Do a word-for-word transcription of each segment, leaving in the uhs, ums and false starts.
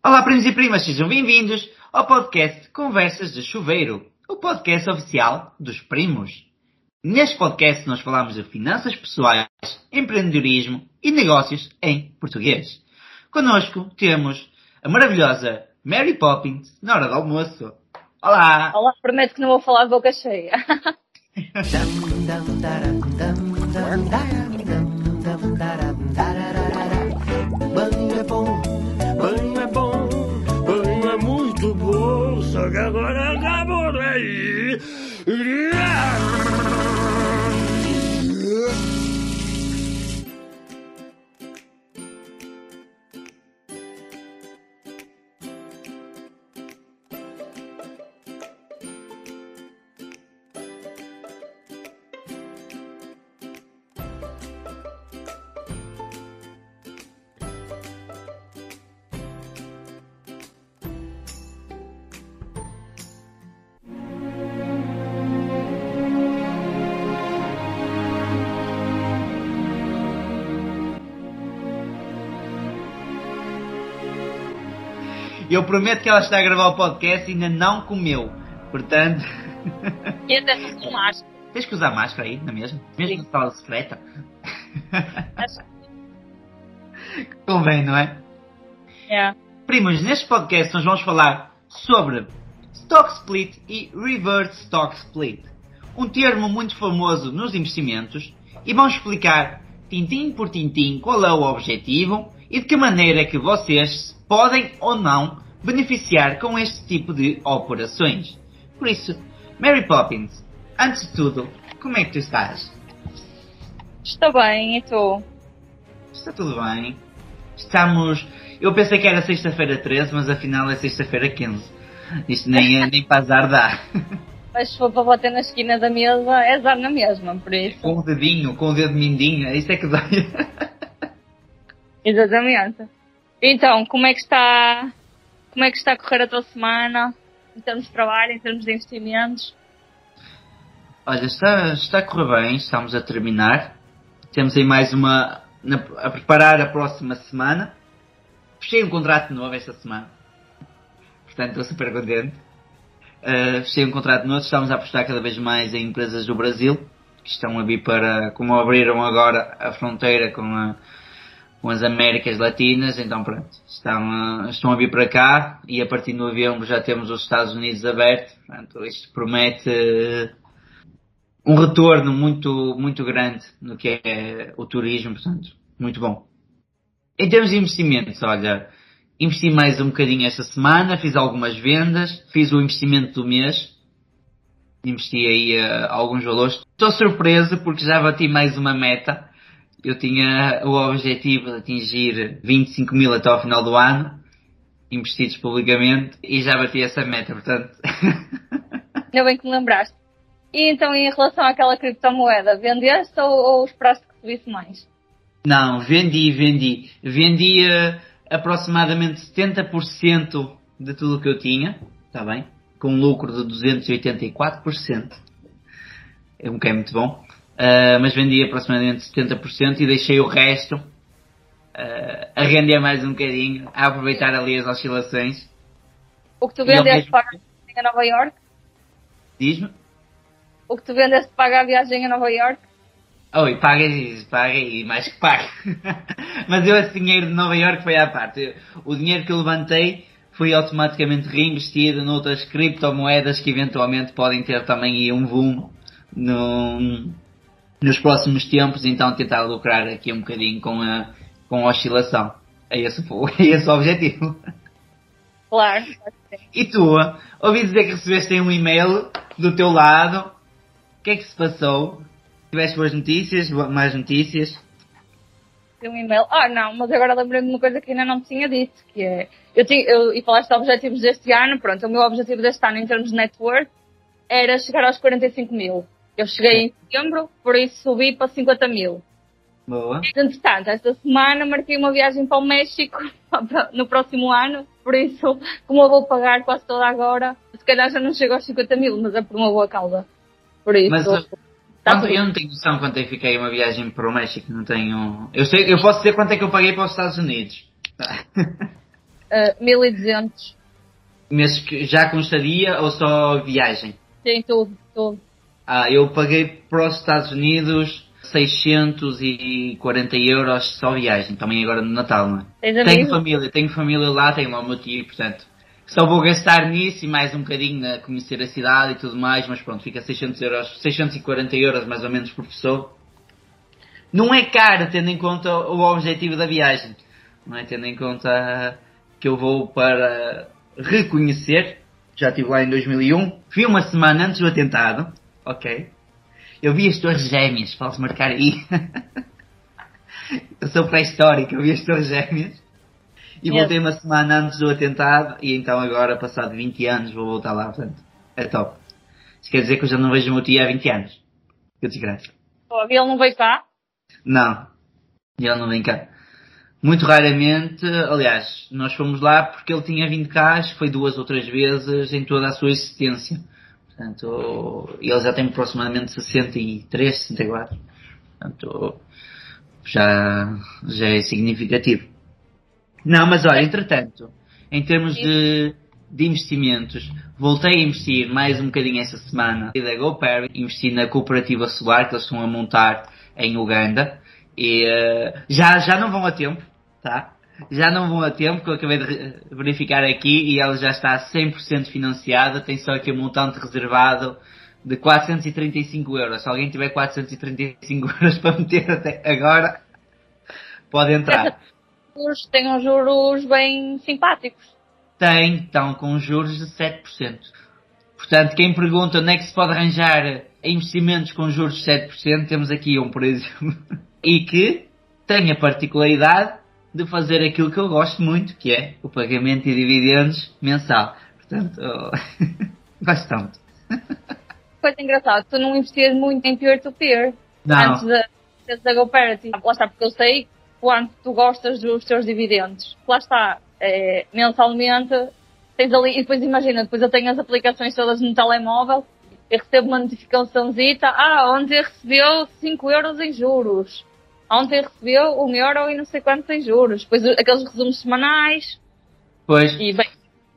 Olá, primos e primas, sejam bem-vindos ao podcast Conversas de Chuveiro, o podcast oficial dos primos. Neste podcast nós falamos de finanças pessoais, empreendedorismo e negócios em português. Connosco temos a maravilhosa Mary Poppins na hora do almoço. Olá! Olá, prometo que não vou falar de boca cheia. Banho é bom, banho é bom, banho é muito bom, só que agora acabou aí. Eu prometo que ela está a gravar o podcast e ainda não comeu. Portanto... E até com máscara. Tens que usar máscara aí, não é mesmo? Mesmo na sala secreta. Convém, não é? É. Primos, neste podcast nós vamos falar sobre Stock Split e Reverse Stock Split. Um termo muito famoso nos investimentos. E vamos explicar, tintim por tintim, qual é o objetivo e de que maneira é que vocês podem ou não beneficiar com este tipo de operações. Por isso, Mary Poppins, antes de tudo, como é que tu estás? Estou bem, e tu? Está tudo bem. Estamos... Eu pensei que era sexta-feira treze, mas afinal é sexta-feira quinze. Isto nem, nem para azar dá. Mas se for para bater na esquina da mesa, é azar na mesma, por isso. Com o dedinho, com o dedo mindinho, isso é que dói. Exatamente. Então, como é que está... Como é que está a correr a tua semana? Em termos de trabalho, em termos de investimentos? Olha, está, está a correr bem, estamos a terminar. Temos aí mais uma... Na, a preparar a próxima semana. Fechei um contrato novo esta semana. Portanto, estou super contente. Uh, fechei um contrato novo, estamos a apostar cada vez mais em empresas do Brasil, que estão a vir para... Como abriram agora a fronteira com a... com as Américas Latinas, então pronto, estão, estão a vir para cá e a partir de novembro já temos os Estados Unidos abertos, portanto isto promete um retorno muito, muito grande no que é o turismo, portanto, muito bom. Em termos de investimentos, olha, investi mais um bocadinho esta semana, fiz algumas vendas, fiz o investimento do mês, investi aí uh, alguns valores. Estou surpreso porque já bati mais uma meta. Eu tinha o objetivo de atingir vinte e cinco mil até ao final do ano, investidos publicamente, e já bati essa meta, portanto... Ainda bem que me lembraste. E então, em relação àquela criptomoeda, vendeste ou, ou esperaste que subisse mais? Não, vendi, vendi. Vendi uh, aproximadamente setenta por cento de tudo o que eu tinha, está bem? Com um lucro de duzentos e oitenta e quatro por cento. É um que é muito bom. Uh, mas vendi aproximadamente setenta por cento e deixei o resto uh, a render mais um bocadinho, a aproveitar ali as oscilações. O que tu vendeste paga a viagem a Nova York? Diz-me? O que tu vendeste paga a viagem a Nova York? Oi, paga isso, paga e mais que paga. Mas eu esse dinheiro de Nova York foi à parte. O dinheiro que eu levantei foi automaticamente reinvestido noutras criptomoedas que eventualmente podem ter também aí um boom no... nos próximos tempos, então tentar lucrar aqui um bocadinho com a, com a oscilação. É esse, é esse o objetivo. Claro. E tu, ouvi dizer que recebeste um e-mail do teu lado. O que é que se passou? Tiveste boas notícias, mais notícias? Um e-mail. Ah, não, mas agora lembrei-me de uma coisa que ainda não te tinha dito, que é... Eu tinha, eu, e falaste de objetivos deste ano, pronto, o meu objetivo deste ano em termos de net worth era chegar aos quarenta e cinco mil. Eu cheguei em setembro, por isso subi para cinquenta mil. Boa. Entretanto, esta semana marquei uma viagem para o México no próximo ano, por isso, como eu vou pagar quase toda agora, se calhar já não chego aos cinquenta mil, mas é por uma boa causa. Por isso... Mas, Tá quanto, eu não tenho noção quanto é que fiquei uma viagem para o México, não tenho... Eu sei, eu posso dizer quanto é que eu paguei para os Estados Unidos. Uh, mil e duzentos. Mas que já com estadia ou só viagem? Sim, tudo, tudo. Ah, eu paguei para os Estados Unidos seiscentos e quarenta euros só viagem, também agora no Natal, não é? Tens Tenho amigos? família, tenho família lá, tenho lá o meu tio, portanto, só vou gastar nisso e mais um bocadinho a conhecer a cidade e tudo mais, mas pronto, fica seiscentos euros, seiscentos e quarenta euros mais ou menos por pessoa. Não é caro, tendo em conta o objetivo da viagem, não é? Tendo em conta que eu vou para reconhecer, já estive lá em dois mil e um, fui uma semana antes do atentado, ok? Eu vi as Torres Gêmeas, posso marcar aí. Eu sou pré-histórico, eu vi as Torres Gêmeas. E Yes. voltei uma semana antes do atentado e então agora, passado vinte anos, vou voltar lá, portanto, é top. Isso quer dizer que eu já não vejo o meu tio há vinte anos. Que desgraça. Pô, ele não veio cá? Não, ele não vem cá. Muito raramente, aliás, nós fomos lá porque ele tinha vindo cá, acho que foi duas ou três vezes em toda a sua existência. Portanto, ele já tem aproximadamente sessenta e três, sessenta e quatro. Portanto, já, já é significativo. Não, mas olha, entretanto, em termos de, de investimentos, voltei a investir mais um bocadinho esta semana da GoParry, investi na cooperativa solar que eles estão a montar em Uganda e uh, já, já não vão a tempo, tá? Já não vão a tempo, que eu acabei de verificar aqui e ela já está cem por cento financiada, tem só aqui um montante reservado de quatrocentos e trinta e cinco euros. Se alguém tiver quatrocentos e trinta e cinco euros para meter até agora, pode entrar. Tem uns juros bem simpáticos. Tem, estão com juros de sete por cento. Portanto, quem pergunta onde é que se pode arranjar investimentos com juros de sete por cento, temos aqui um, por exemplo, e que tem a particularidade de fazer aquilo que eu gosto muito, que é o pagamento de dividendos mensal. Portanto, oh, gosto tanto. Coisa engraçada, tu não investias muito em peer-to-peer Não. antes da, antes da GoParity. Lá está, porque eu sei quanto tu gostas dos teus dividendos. Lá está, é, mensalmente, tens ali, e depois imagina, depois eu tenho as aplicações todas no telemóvel, eu recebo uma notificaçãozita, ah, ontem recebeu cinco euros em juros. Ontem recebeu um euro e não sei quanto em juros. Depois aqueles resumos semanais. Pois, E bem,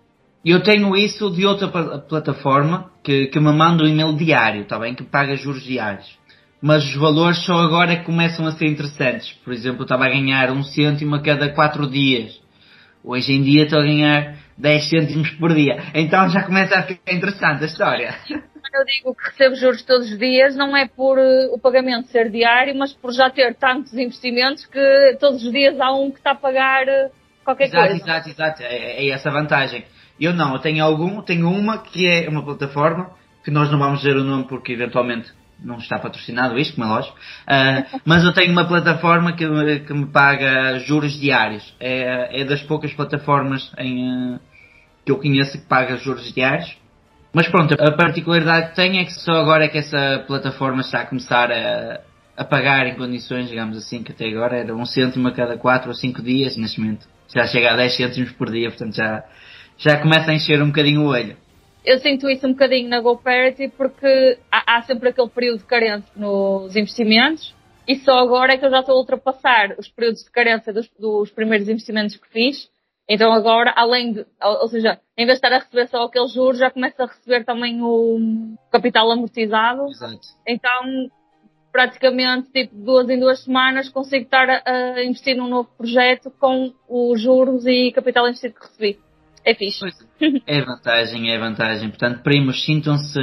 eu tenho isso de outra pla- plataforma que, que me manda um e-mail diário, está bem? Que paga juros diários. Mas os valores só agora é que começam a ser interessantes. Por exemplo, eu estava a ganhar um cêntimo a cada quatro dias. Hoje em dia estou a ganhar dez cêntimos por dia. Então já começa a ficar interessante a história. eu digo que recebo juros todos os dias, não é por uh, o pagamento ser diário, mas por já ter tantos investimentos que todos os dias há um que está a pagar uh, qualquer Exato, coisa. exato, exato. É, é essa a vantagem. Eu não, eu tenho algum, tenho uma que é uma plataforma, que nós não vamos dizer o nome porque eventualmente não está patrocinado isto, como é lógico, uh, mas eu tenho uma plataforma que, que me paga juros diários. É, é das poucas plataformas em, uh, que eu conheço que paga juros diários. Mas pronto, a particularidade que tem é que só agora é que essa plataforma está a começar a, a pagar em condições, digamos assim, que até agora era um cêntimo a cada quatro ou cinco dias, neste momento já chega a dez cêntimos por dia, portanto já, já começa a encher um bocadinho o olho. Eu sinto isso um bocadinho na GoParity porque há, há sempre aquele período de carência nos investimentos e só agora é que eu já estou a ultrapassar os períodos de carência dos, dos primeiros investimentos que fiz. Então agora, além de, ou, ou seja, em vez de estar a receber só aqueles juros, já começo a receber também o capital amortizado. Exato. Então, praticamente, tipo, duas em duas semanas consigo estar a, a investir num novo projeto com os juros e capital investido que recebi. É fixe. Pois, é vantagem, é vantagem. Portanto, primos, sintam-se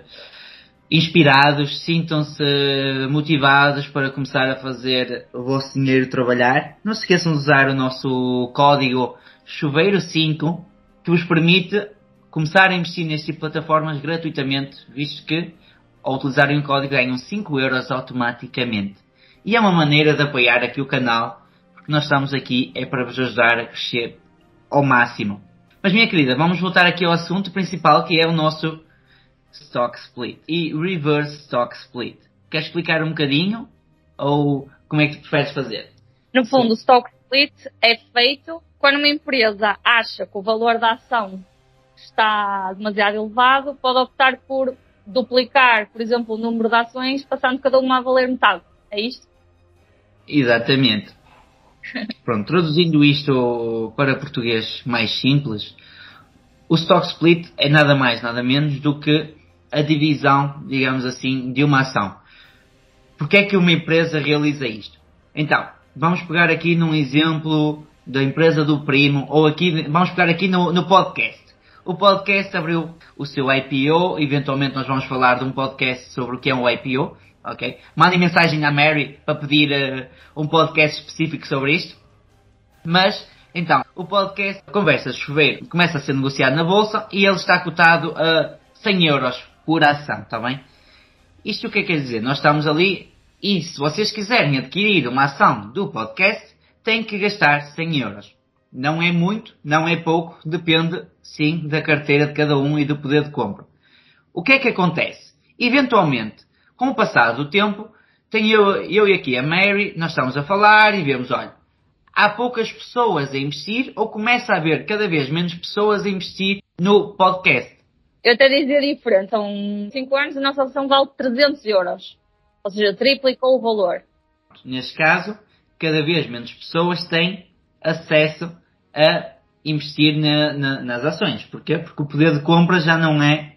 inspirados, sintam-se motivados para começar a fazer o vosso dinheiro trabalhar. Não se esqueçam de usar o nosso código chuveiro cinco, que vos permite começar a investir neste tipo de plataformas gratuitamente, visto que, ao utilizarem o código, ganham cinco euros automaticamente. E é uma maneira de apoiar aqui o canal, porque nós estamos aqui é para vos ajudar a crescer ao máximo. Mas, minha querida, vamos voltar aqui ao assunto principal, que é o nosso Stock Split e Reverse Stock Split. Queres explicar um bocadinho? Ou como é que tu preferes fazer? No fundo, o Stock Split é feito quando uma empresa acha que o valor da ação está demasiado elevado, pode optar por duplicar, por exemplo, o número de ações, passando cada uma a valer metade. É isto? Exatamente. Pronto, traduzindo isto para português mais simples, o stock split é nada mais, nada menos do que a divisão, digamos assim, de uma ação. Porque é que uma empresa realiza isto? Então, vamos pegar aqui num exemplo da empresa do primo, ou aqui, vamos pegar aqui no, no podcast. O podcast abriu o seu I P O, eventualmente nós vamos falar de um podcast sobre o que é um I P O, ok? Mandem mensagem à Mary para pedir uh, um podcast específico sobre isto. Mas, então, o podcast Conversas Chuveiro começa a ser negociado na bolsa e ele está cotado a cem euros por ação, está bem? Isto o que é que quer dizer? Nós estamos ali e se vocês quiserem adquirir uma ação do podcast, têm que gastar cem euros. Não é muito, não é pouco, depende sim da carteira de cada um e do poder de compra. O que é que acontece? Eventualmente, com o passar do tempo, tenho eu, eu e aqui a Mary, nós estamos a falar e vemos, olha, há poucas pessoas a investir ou começa a haver cada vez menos pessoas a investir no podcast. Eu até dizia diferente, são cinco anos a nossa ação vale trezentos euros. Ou seja, triplicou o valor. Neste caso, cada vez menos pessoas têm acesso a investir na, na, nas ações. Porquê? Porque o poder de compra já não é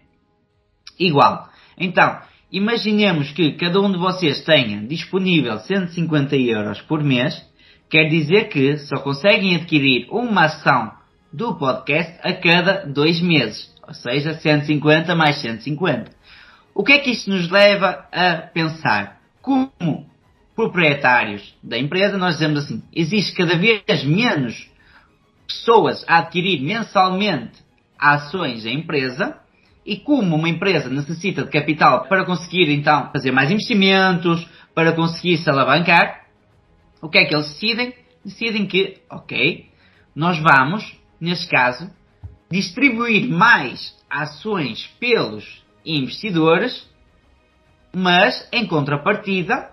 igual. Então, imaginemos que cada um de vocês tenha disponível cento e cinquenta euros por mês. Quer dizer que só conseguem adquirir uma ação do podcast a cada dois meses. Ou seja, cento e cinquenta mais cento e cinquenta. O que é que isto nos leva a pensar? Como proprietários da empresa, nós dizemos assim, existe cada vez menos pessoas a adquirir mensalmente ações da empresa e como uma empresa necessita de capital para conseguir então fazer mais investimentos, para conseguir se alavancar, o que é que eles decidem? Decidem que, ok, nós vamos, neste caso, distribuir mais ações pelos investidores, mas, em contrapartida,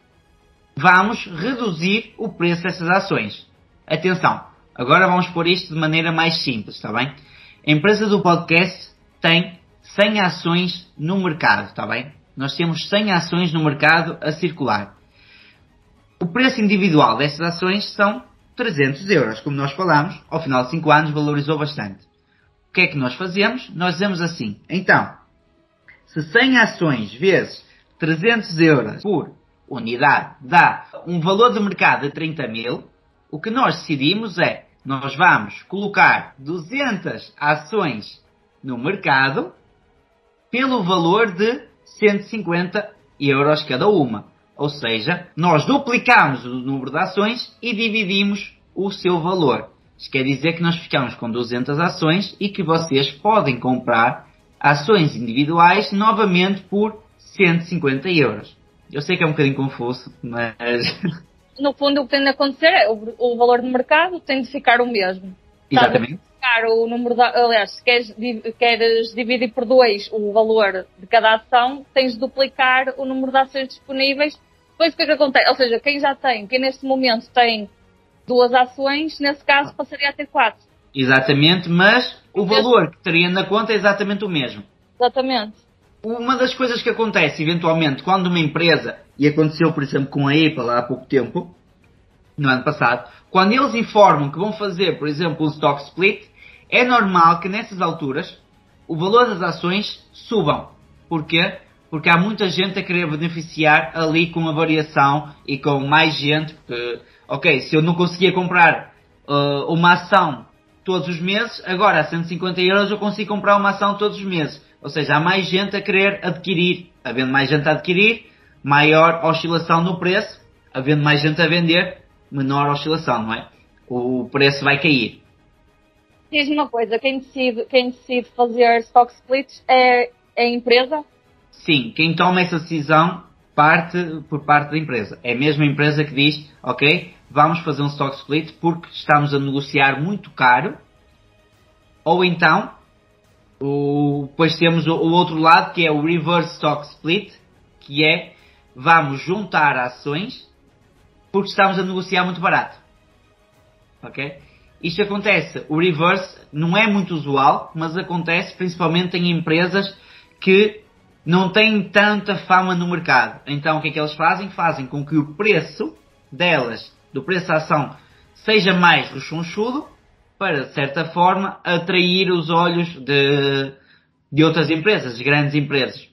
vamos reduzir o preço dessas ações. Atenção, agora vamos pôr isto de maneira mais simples, está bem? A empresa do podcast tem cem ações no mercado, está bem? Nós temos cem ações no mercado a circular. O preço individual destas ações são trezentos euros, como nós falámos, ao final de cinco anos valorizou bastante. O que é que nós fazemos? Nós dizemos assim, então, se cem ações vezes trezentos euros por unidade dá um valor de mercado de trinta mil, o que nós decidimos é, nós vamos colocar duzentas ações no mercado pelo valor de cento e cinquenta euros cada uma. Ou seja, nós duplicamos o número de ações e dividimos o seu valor. Isto quer dizer que nós ficamos com duzentas ações e que vocês podem comprar ações individuais novamente por cento e cinquenta euros. Eu sei que é um bocadinho confuso, mas... No fundo, o que tem de acontecer é o, o valor de mercado tem de ficar o mesmo. Exatamente. Ficar o número de, aliás, se queres, queres dividir por dois o valor de cada ação, tens de duplicar o número de ações disponíveis. Depois o que é que acontece? Ou seja, quem já tem, quem neste momento tem duas ações, nesse caso passaria a ter quatro. Exatamente, mas o valor que teria na conta é exatamente o mesmo. Exatamente. Uma das coisas que acontece, eventualmente, quando uma empresa, e aconteceu, por exemplo, com a Apple há pouco tempo, no ano passado, quando eles informam que vão fazer, por exemplo, um stock split, é normal que nessas alturas o valor das ações subam. Porquê? Porque há muita gente a querer beneficiar ali com a variação e com mais gente. Porque, ok, se eu não conseguia comprar uh, uma ação todos os meses, agora a cento e cinquenta euros eu consigo comprar uma ação todos os meses. Ou seja, há mais gente a querer adquirir. Havendo mais gente a adquirir, maior oscilação no preço. Havendo mais gente a vender, menor oscilação, não é? O preço vai cair. Diz-me uma coisa, quem decide, quem decide fazer stock splits é, é a empresa? Sim, quem toma essa decisão parte por parte da empresa. É a mesma empresa que diz, ok, vamos fazer um stock split porque estamos a negociar muito caro. Ou então, o, depois temos o, o outro lado que é o reverse stock split, que é vamos juntar ações porque estamos a negociar muito barato. Ok? Isto acontece, o reverse não é muito usual, mas acontece principalmente em empresas que não têm tanta fama no mercado. Então o que é que eles fazem? Fazem com que o preço delas, do preço da ação, seja mais rechonchudo para, de certa forma, atrair os olhos de, de outras empresas, de grandes empresas.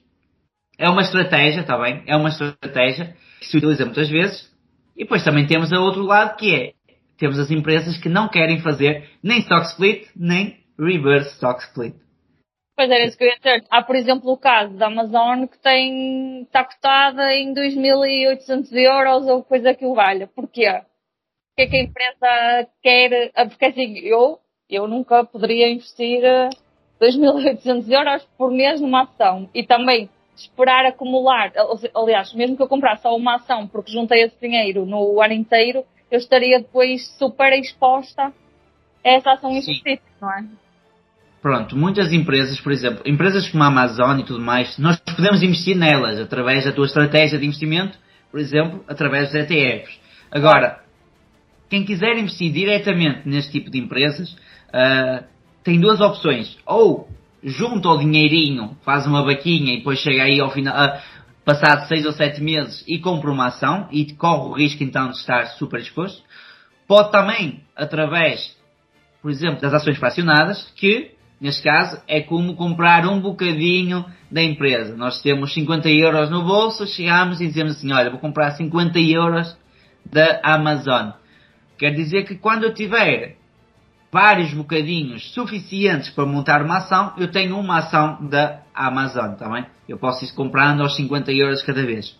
É uma estratégia, está bem? É uma estratégia que se utiliza muitas vezes. E depois também temos o outro lado, que é, temos as empresas que não querem fazer nem stock split, nem reverse stock split. Pois era isso que eu ia dizer. Há, por exemplo, o caso da Amazon que tem, está cotada em dois mil e oitocentos euros ou coisa que o valha. Porquê? Porque é que a empresa quer... Porque assim, eu, eu nunca poderia investir dois mil e oitocentos euros por mês numa ação. E também esperar acumular. Aliás, mesmo que eu comprasse só uma ação porque juntei esse dinheiro no ano inteiro, eu estaria depois super exposta a essa ação em específico, não é? Pronto, muitas empresas, por exemplo, empresas como a Amazon e tudo mais, nós podemos investir nelas através da tua estratégia de investimento, por exemplo, através dos E T Fs. Agora, quem quiser investir diretamente neste tipo de empresas, uh, tem duas opções. Ou junta o dinheirinho, faz uma vaquinha e depois chega aí ao final, uh, passado seis ou sete meses e compra uma ação e corre o risco então de estar super exposto. Pode também, através, por exemplo, das ações fracionadas, que neste caso, é como comprar um bocadinho da empresa. Nós temos cinquenta euros no bolso, chegamos e dizemos assim, olha, vou comprar cinquenta euros da Amazon. Quer dizer que quando eu tiver vários bocadinhos suficientes para montar uma ação, eu tenho uma ação da Amazon, tá bem? Eu posso ir comprando aos cinquenta euros cada vez.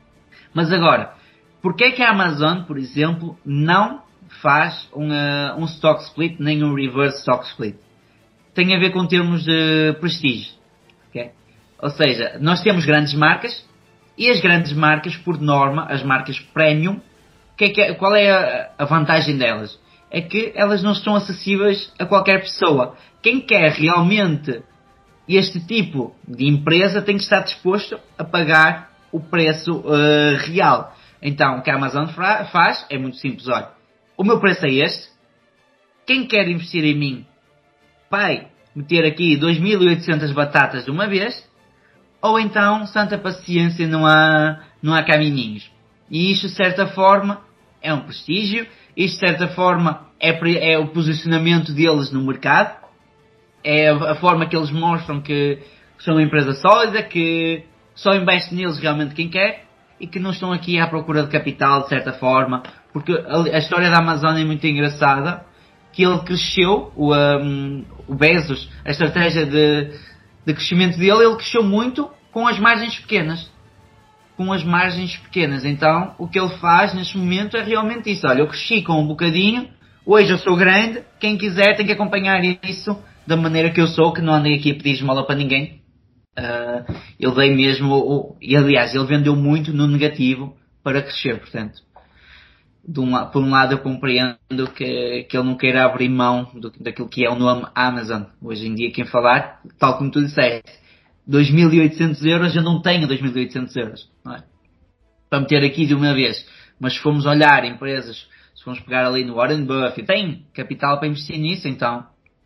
Mas agora, porquê é que a Amazon, por exemplo, não faz um, uh, um stock split, nem um reverse stock split? Tem a ver com termos de prestígio. Okay? Ou seja, nós temos grandes marcas e as grandes marcas, por norma, as marcas premium, que é que, qual é a, a vantagem delas? É que elas não estão acessíveis a qualquer pessoa. Quem quer realmente este tipo de empresa tem que estar disposto a pagar o preço uh, real. Então, o que a Amazon faz é muito simples. Olha, o meu preço é este. Quem quer investir em mim vai meter aqui dois mil e oitocentas batatas de uma vez, ou então, santa paciência, não há, não há caminhinhos. E isto, de certa forma, é um prestígio, isto, de certa forma, é, é o posicionamento deles no mercado, é a, a forma que eles mostram que são uma empresa sólida, que só investe neles realmente quem quer, e que não estão aqui à procura de capital, de certa forma, porque a, a história da Amazon é muito engraçada, que ele cresceu, o, um, o Bezos, a estratégia de, de crescimento dele, ele cresceu muito com as margens pequenas. Com as margens pequenas. Então, o que ele faz neste momento é realmente isso. Olha, eu cresci com um bocadinho, hoje eu sou grande, quem quiser tem que acompanhar isso da maneira que eu sou, que não andei aqui a pedir esmola para ninguém. Uh, ele veio mesmo, e aliás, ele vendeu muito no negativo para crescer, portanto. De um, por um lado eu compreendo que, que ele não queira abrir mão do, daquilo que é o nome Amazon. Hoje em dia quem falar, tal como tu disseste, dois mil e oitocentos euros, eu não tenho dois mil e oitocentos euros. Não é? Para meter aqui de uma vez. Mas se formos olhar empresas, se formos pegar ali no Warren Buffett, tem capital para investir nisso, então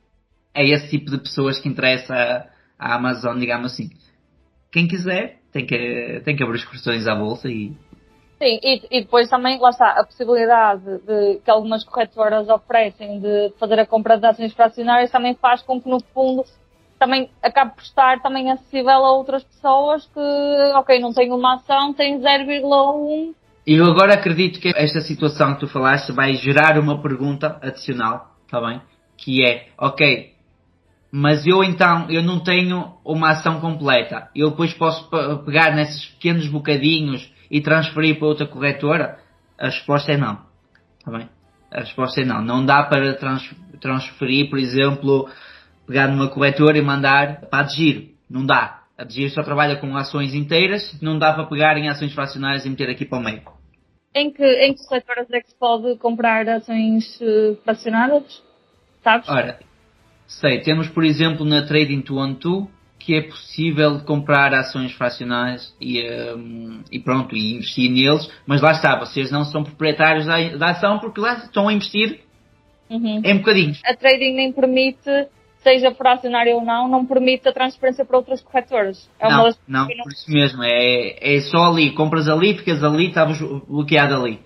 é esse tipo de pessoas que interessa a, a Amazon, digamos assim. Quem quiser tem que, tem que abrir os corações à bolsa e... Sim, e, e depois também, lá está, a possibilidade de, que algumas corretoras oferecem de fazer a compra de ações fracionárias também faz com que, no fundo, também acabe por estar também acessível a outras pessoas que, ok, não têm uma ação, têm zero vírgula um. E eu agora acredito que esta situação que tu falaste vai gerar uma pergunta adicional, está bem? Que é, ok, mas eu então, eu não tenho uma ação completa, eu depois posso pegar nesses pequenos bocadinhos e transferir para outra corretora? A resposta é não. Tá bem? A resposta é não. Não dá para trans, transferir, por exemplo, pegar numa corretora e mandar para a Adgiro. Não dá. A Adgiro só trabalha com ações inteiras, não dá para pegar em ações fracionárias e meter aqui para o meio. Em que, em que corretoras é que se pode comprar ações uh, fracionadas? Sabes? Ora, sei. Temos, por exemplo, na Trading dois doze, que é possível comprar ações fracionárias e, um, e pronto, e investir neles, mas lá está, vocês não são proprietários da, da ação porque lá estão a investir uhum. em bocadinhos. A trading nem permite, seja fracionário ou não, não permite a transferência para outras corretoras. É não, uma das não, por isso mesmo, é, é só ali, compras ali, ficas ali, estás bloqueado ali.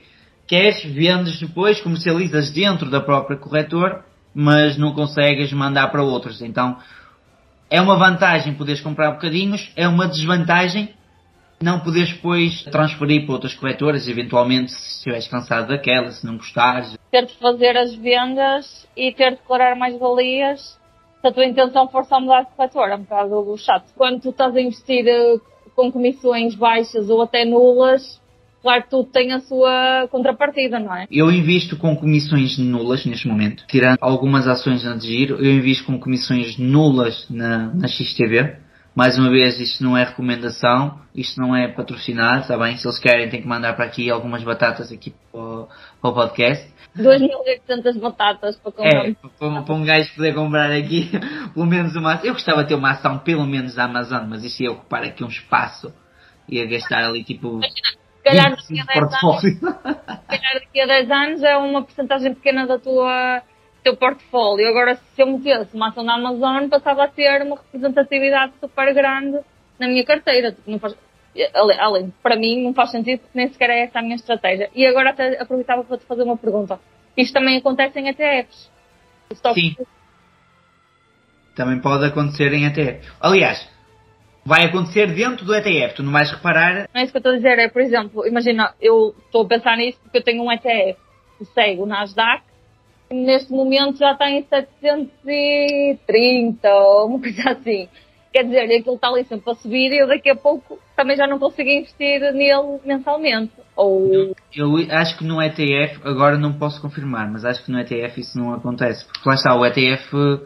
queres, vendes depois, comercializas dentro da própria corretora, mas não consegues mandar para outros. Então, é uma vantagem poderes comprar bocadinhos, é uma desvantagem não poderes depois transferir para outras corretoras, eventualmente se estiveres cansado daquela, se não gostares. Ter de fazer as vendas e ter de declarar mais valias se a tua intenção for só mudar de corretora, é um bocado chato. Quando tu estás a investir uh, com comissões baixas ou até nulas, claro que tudo tem a sua contrapartida, não é? Eu invisto com comissões nulas neste momento, tirando algumas ações na de giro, eu invisto com comissões nulas na, na X T V. Mais uma vez, isto não é recomendação, isto não é patrocinado, está bem? Se eles querem, têm que mandar para aqui algumas batatas aqui para o, para o podcast. dois mil e oitocentas batatas para comprar. É, para, para um gajo poder comprar aqui pelo menos uma ação. Eu gostava de ter uma ação pelo menos da Amazon, mas isto ia ocupar aqui um espaço. Ia gastar ali tipo... Se calhar daqui a dez portfólio. anos, se calhar daqui a dez anos é uma porcentagem pequena da tua... teu portfólio. Agora, se eu metesse uma ação da Amazon, passava a ter uma representatividade super grande na minha carteira. Não faz, além, para mim, não faz sentido porque nem sequer é essa a minha estratégia. E agora até aproveitava para te fazer uma pergunta. Isto também acontece em E T Fs? Sim. Também pode acontecer em E T F. Aliás, vai acontecer dentro do E T F. Tu não vais reparar... Não é isso que eu estou a dizer. É, por exemplo, imagina, eu estou a pensar nisso porque eu tenho um E T F que segue o Nasdaq. Neste momento já está em setecentos e trinta ou uma coisa assim. Quer dizer, aquilo está ali sempre a subir e eu daqui a pouco também já não consigo investir nele mensalmente. Ou... Eu, eu acho que no E T F, agora não posso confirmar, mas acho que no E T F isso não acontece. Porque lá está, o E T F uh,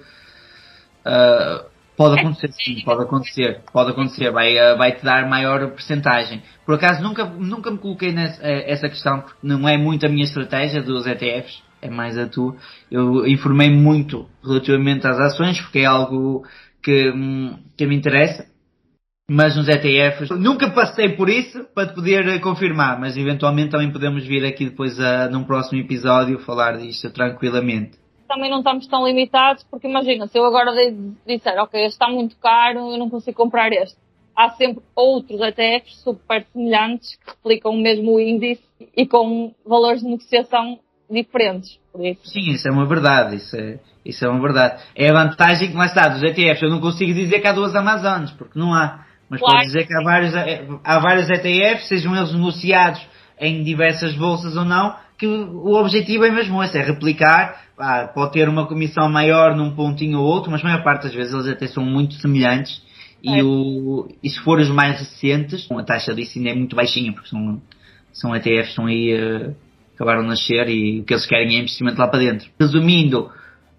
pode acontecer sim, pode acontecer. Pode acontecer, vai, uh, vai te dar maior percentagem. Por acaso nunca, nunca me coloquei nessa essa questão, porque não é muito a minha estratégia dos E T Fs. É mais a tua. Eu informei muito relativamente às ações, porque é algo que, que me interessa. Mas nos E T Fs, nunca passei por isso para te poder confirmar. Mas eventualmente também podemos vir aqui depois, a, num próximo episódio, falar disto tranquilamente. Também não estamos tão limitados, porque imagina, se eu agora disser, ok, este está muito caro, eu não consigo comprar este. Há sempre outros E T Fs super semelhantes que replicam o mesmo índice e com valores de negociação diferentes, por isso. Sim, isso é uma verdade, isso é, isso é uma verdade. É a vantagem que lá está, dos E T Fs, eu não consigo dizer que há duas Amazonas, porque não há, mas Claro. pode dizer que há vários, há vários E T Fs, sejam eles negociados em diversas bolsas ou não, que o objetivo é mesmo esse, é replicar, ah, pode ter uma comissão maior num pontinho ou outro, mas a maior parte das vezes eles até são muito semelhantes, é. e, o, e se for os mais recentes, a taxa disso ainda é muito baixinha, porque são, são E T Fs que estão aí... Uh, acabaram de nascer e o que eles querem é investimento lá para dentro. Resumindo,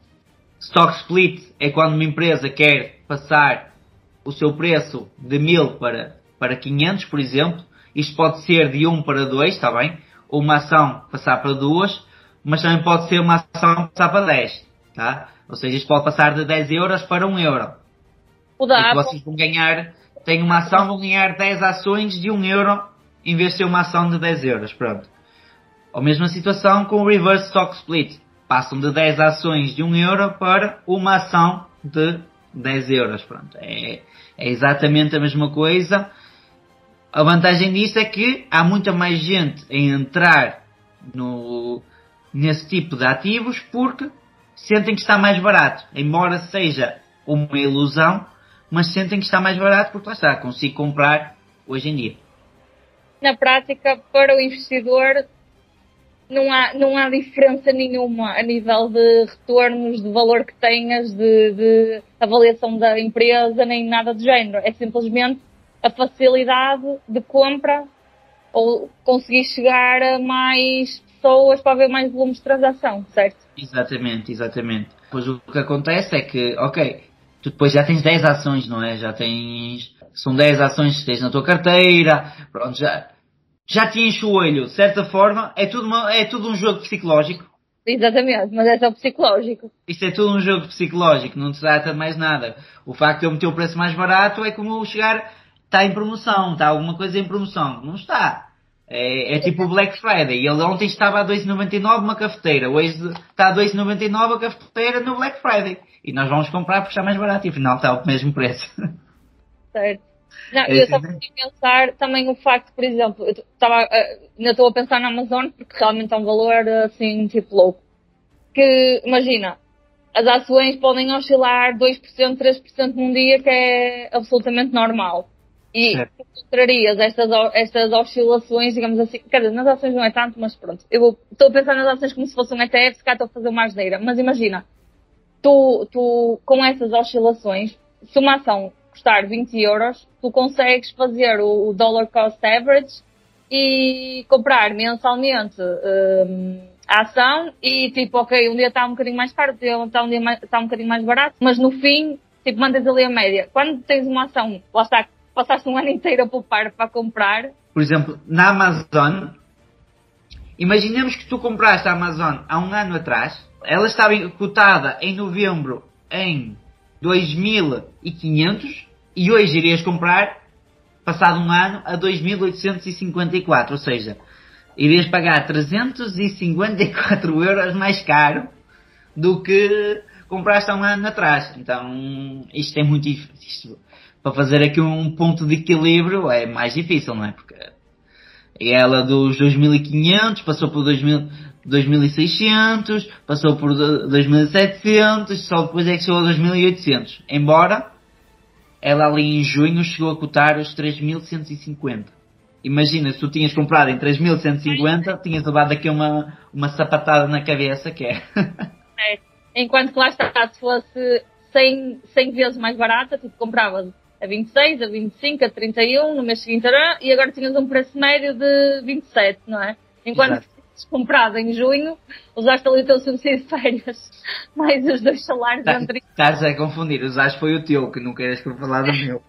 stock split é quando uma empresa quer passar o seu preço de mil para, para quinhentos, por exemplo. Isto pode ser de um para dois, está bem? Ou uma ação passar para duas, mas também pode ser uma ação passar para dez, tá? Ou seja, isto pode passar de dez euros para um euro. O da e que Apple. vocês vão ganhar, têm uma ação, vão ganhar dez ações de um euro em vez de ser uma ação de dez euros, pronto. A mesma situação com o Reverse Stock Split. Passam de dez ações de um euro para uma ação de dez euros. Pronto. É, é exatamente a mesma coisa. A vantagem disso é que há muita mais gente a entrar no, nesse tipo de ativos porque sentem que está mais barato. Embora seja uma ilusão, mas sentem que está mais barato porque lá está, consigo comprar hoje em dia. Na prática, para o investidor, não há, não há diferença nenhuma a nível de retornos, de valor que tenhas, de, de avaliação da empresa, nem nada do género. É simplesmente a facilidade de compra ou conseguir chegar a mais pessoas para haver mais volume de transação, certo? Exatamente, exatamente. Pois o que acontece é que, ok, tu depois já tens dez ações, não é? Já tens... São dez ações que tens na tua carteira, pronto, já... Já te enche o olho, de certa forma, é tudo, uma, é tudo um jogo psicológico. Exatamente, mas é só psicológico. Isto é tudo um jogo psicológico, não se trata de mais nada. O facto de eu meter o preço mais barato é como chegar, está em promoção, está alguma coisa em promoção. Não está. É, é tipo o Black Friday. Ele ontem estava a dois e noventa e nove uma cafeteira, hoje está a dois e noventa e nove a cafeteira no Black Friday. E nós vamos comprar porque está mais barato e afinal está ao mesmo preço. Certo. Não, É eu assim, só né? podia pensar também o facto, por exemplo, eu estava, ainda estou a pensar na Amazon porque realmente é um valor assim, tipo louco. Que, imagina, as ações podem oscilar dois por cento, três por cento num dia, que é absolutamente normal. E Certo. encontrarias estas, estas oscilações, digamos assim, quer dizer, nas ações não é tanto, mas pronto. Eu estou a pensar nas ações como se fosse um E T F, se cá estou a fazer uma asneira. Mas imagina, tu, tu, com essas oscilações, se uma ação custar vinte euros, tu consegues fazer o, o dollar cost average e comprar mensalmente hum, a ação e tipo, ok, um dia está um bocadinho mais caro, outro dia está um, dia mais, está um bocadinho mais barato, mas no fim, tipo, mandas ali a média. Quando tens uma ação, lá está, passaste um ano inteiro a poupar para comprar. Por exemplo, na Amazon, imaginemos que tu compraste a Amazon há um ano atrás, ela estava cotada em novembro em dois mil e quinhentos e hoje irias comprar, passado um ano, a dois mil oitocentos e cinquenta e quatro, ou seja, irias pagar trezentos e cinquenta e quatro euros mais caro do que compraste há um ano atrás. Então, isto é muito difícil. Para fazer aqui um ponto de equilíbrio é mais difícil, não é? Porque ela dos dois mil e quinhentos passou por dois mil, dois mil e seiscentos, passou por dois mil e setecentos, só depois é que chegou a dois mil e oitocentos. Embora ela ali em junho chegou a cotar os três mil cento e cinquenta. Imagina, se tu tinhas comprado em três mil cento e cinquenta, tinhas levado aqui uma, uma sapatada na cabeça, que é... É, enquanto que lá está, se fosse cem, cem vezes mais barata, tipo, compravas a vinte e seis, a vinte e cinco, a trinta e um, no mês seguinte era, e agora tinhas um preço médio de vinte e sete, não é? Enquanto Exato. que se comprado em junho, usaste ali o teu subsídio de férias, mais os dois salários Tá- anteriores. Estás a confundir, usaste foi o teu, que não queres que eu falar do meu.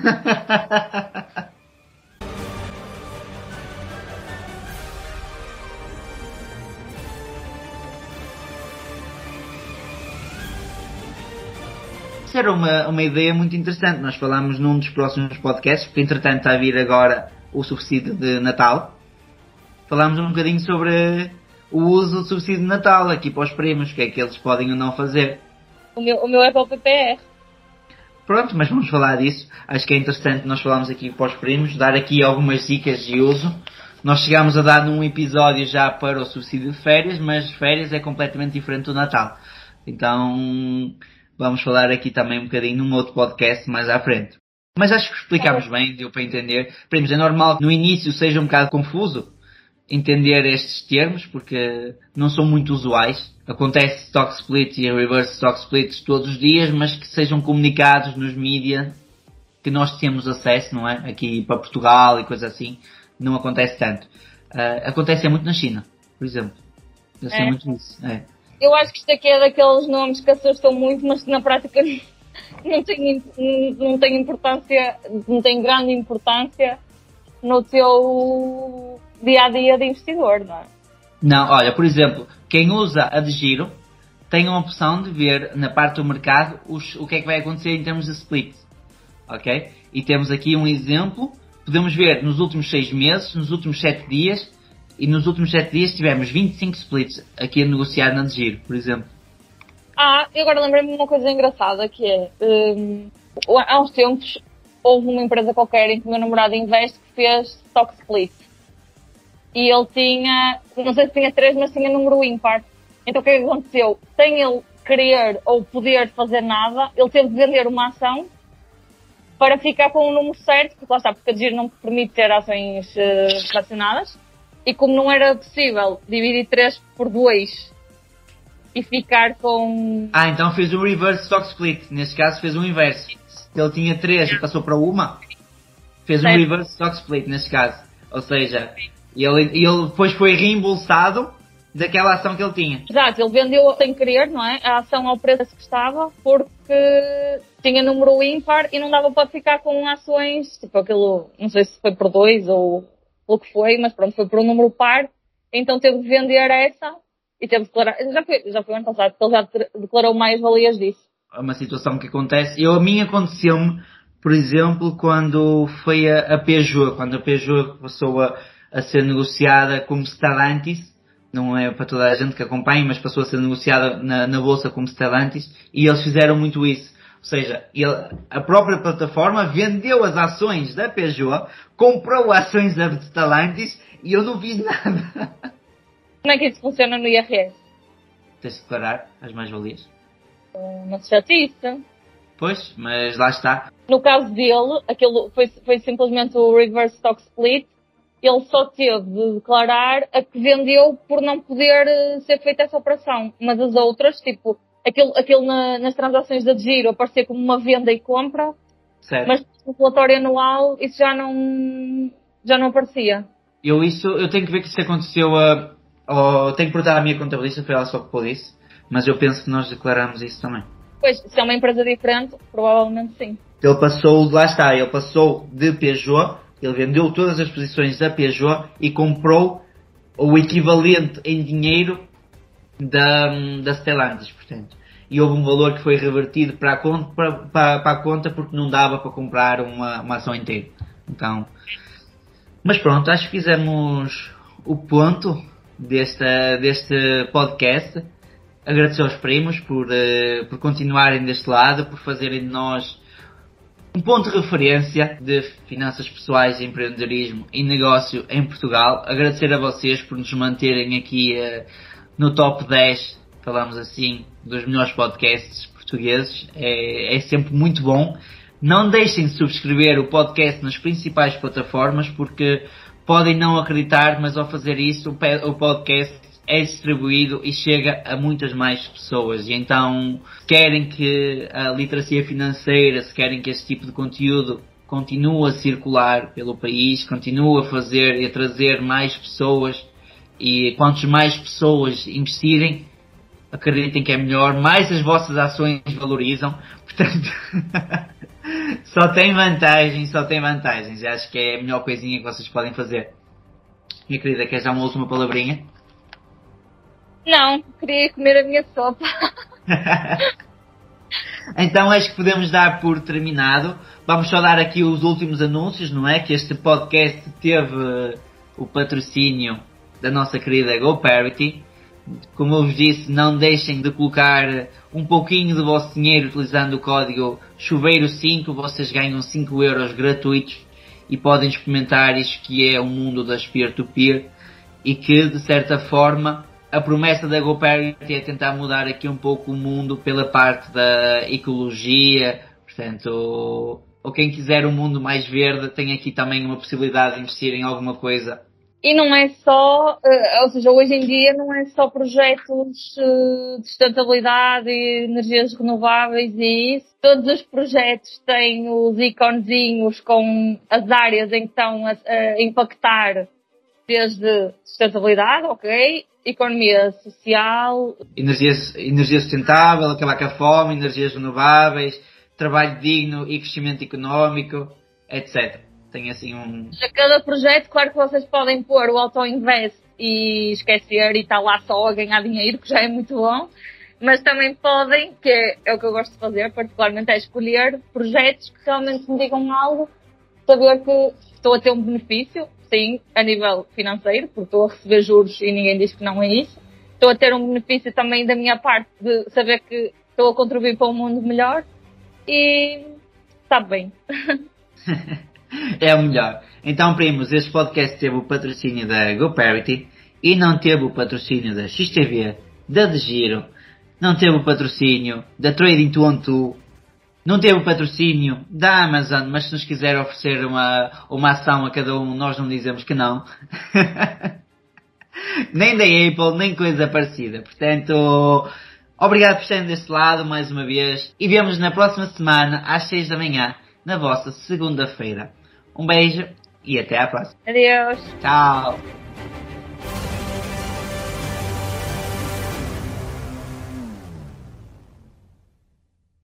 Isso era uma, uma ideia muito interessante. Nós falámos num dos próximos podcasts, porque entretanto está a vir agora o subsídio de Natal. Falámos um bocadinho sobre o uso do subsídio de Natal aqui para os primos, o que é que eles podem ou não fazer. O meu, o meu é para o P P R. Pronto, mas vamos falar disso. Acho que é interessante nós falarmos aqui para os primos, dar aqui algumas dicas de uso. Nós chegámos a dar num episódio já para o subsídio de férias, mas férias é completamente diferente do Natal. Então, vamos falar aqui também um bocadinho num outro podcast mais à frente. Mas acho que explicámos bem, deu para entender. Primos, é normal que no início seja um bocado confuso entender estes termos, porque não são muito usuais. Acontece stock split e reverse stock splits todos os dias, mas que sejam comunicados nos mídias, que nós temos acesso, não é? Aqui para Portugal e coisa assim, não acontece tanto. Uh, acontece muito na China, por exemplo. Eu sei É. muito disso. É. Eu acho que isto aqui é daqueles nomes que assustam muito, mas que na prática não tem, não tem importância, não tem grande importância no teu dia-a-dia de investidor, não é? Não, olha, por exemplo, quem usa a de giro tem a opção de ver na parte do mercado os, o que é que vai acontecer em termos de split. Ok? E temos aqui um exemplo. Podemos ver nos últimos seis meses, nos últimos sete dias, e nos últimos sete dias tivemos vinte e cinco splits aqui a negociar na de giro, por exemplo. Ah, e agora lembrei-me de uma coisa engraçada, que é, hum, há uns tempos houve uma empresa qualquer em que o meu namorado investe que fez stock split. E ele tinha, não sei se tinha três, mas tinha número ímpar. Então o que é que aconteceu? Sem ele querer ou poder fazer nada, ele teve de vender uma ação para ficar com o número certo, porque lá está, porque a giro não permite ter ações uh, fracionadas. E como não era possível dividir três por dois e ficar com... Ah, então fez o reverse stock split. Neste caso fez o inverso. Se ele tinha três e passou para uma, fez um Certo. reverse stock split neste caso. Ou seja, ele, ele depois foi reembolsado daquela ação que ele tinha. Exato, ele vendeu sem querer, não é? A ação ao preço que estava, porque tinha número ímpar e não dava para ficar com ações, tipo aquilo, não sei se foi por dois ou o que foi, mas pronto, foi por um número par, então teve de vender essa e teve de declarar, já foi, já foi ano passado, porque ele já declarou mais-valias disso. É uma situação que acontece. Eu, a mim aconteceu-me, por exemplo, quando foi a, a Peugeot, quando a Peugeot passou a, a ser negociada como Stellantis, não é para toda a gente que acompanha, mas passou a ser negociada na, na bolsa como Stellantis, e eles fizeram muito isso. Ou seja, ele, a própria plataforma vendeu as ações da Peugeot, comprou ações da Stellantis e eu não fiz nada. Como é que isso funciona no I R S? Tens de declarar as mais-valias. Uma chatice. Pois, mas lá está. No caso dele, aquilo foi, foi simplesmente o reverse stock split. Ele só teve de declarar a que vendeu por não poder ser feita essa operação. Mas as outras, tipo, aquilo, aquilo na, nas transações da Giro aparecia como uma venda e compra. Certo. Mas no relatório anual isso já não, já não aparecia. Eu isso, eu tenho que ver que isso aconteceu a... Ou, tenho que perguntar à minha contabilista, foi ela só que pôs isso. Mas eu penso que nós declaramos isso também. Pois, se é uma empresa diferente, provavelmente sim. Ele passou, lá está, ele passou de Peugeot, ele vendeu todas as posições da Peugeot e comprou o equivalente em dinheiro da, da Stellantis, portanto. E houve um valor que foi revertido para a conta, para, para, para a conta porque não dava para comprar uma, uma ação inteira. Então, mas pronto, acho que fizemos o ponto desta, deste podcast. Agradecer aos primos por, uh, por continuarem deste lado, por fazerem de nós um ponto de referência de finanças pessoais, empreendedorismo e negócio em Portugal. Agradecer a vocês por nos manterem aqui uh, no top dez, falamos assim, dos melhores podcasts portugueses. É, é sempre muito bom. Não deixem de subscrever o podcast nas principais plataformas, porque podem não acreditar, mas ao fazer isso o podcast é distribuído e chega a muitas mais pessoas. E então, se querem que a literacia financeira, se querem que este tipo de conteúdo continue a circular pelo país, continue a fazer e a trazer mais pessoas, e quantas mais pessoas investirem, acreditem que é melhor, mais as vossas ações valorizam. Portanto, só tem vantagens, só tem vantagens. Eu acho que é a melhor coisinha que vocês podem fazer. Minha querida, queres dar uma última palavrinha? Não, queria comer a minha sopa. Então acho que podemos dar por terminado. Vamos só dar aqui os últimos anúncios, não é? Que este podcast teve uh, o patrocínio da nossa querida GoParity. Como eu vos disse, não deixem de colocar um pouquinho do vosso dinheiro utilizando o código chuveiro cinco. Vocês ganham cinco euros gratuitos e podem experimentar isto que é o mundo das peer-to-peer, e que de certa forma a promessa da GoParity é tentar mudar aqui um pouco o mundo pela parte da ecologia. Portanto, ou, ou quem quiser um mundo mais verde tem aqui também uma possibilidade de investir em alguma coisa. E não é só, ou seja, hoje em dia não é só projetos de sustentabilidade e energias renováveis e isso. Todos os projetos têm os iconezinhos com as áreas em que estão a, a impactar, desde sustentabilidade, ok, economia social, energia, energia sustentável, acabar com a fome, energias renováveis, trabalho digno e crescimento económico, etcétera. Tem assim um... A cada projeto, claro que vocês podem pôr o auto-invest e esquecer e estar lá só a ganhar dinheiro, que já é muito bom, mas também podem, que é, é o que eu gosto de fazer, particularmente, é escolher projetos que realmente me digam algo, saber que estou a ter um benefício, sim, a nível financeiro, porque estou a receber juros e ninguém diz que não é isso. Estou a ter um benefício também da minha parte de saber que estou a contribuir para um mundo melhor e está bem. É o melhor. Então, primos, este podcast teve o patrocínio da GoParity e não teve o patrocínio da X T V, da De Giro, não teve o patrocínio da Trading dois um dois, não teve o patrocínio da Amazon, mas se nos quiser oferecer uma, uma ação a cada um, nós não dizemos que não. Nem da Apple, nem coisa parecida. Portanto, obrigado por estarem deste lado mais uma vez e vemos na próxima semana às seis da manhã, na vossa segunda-feira. Um beijo e até à próxima. Adeus. Tchau.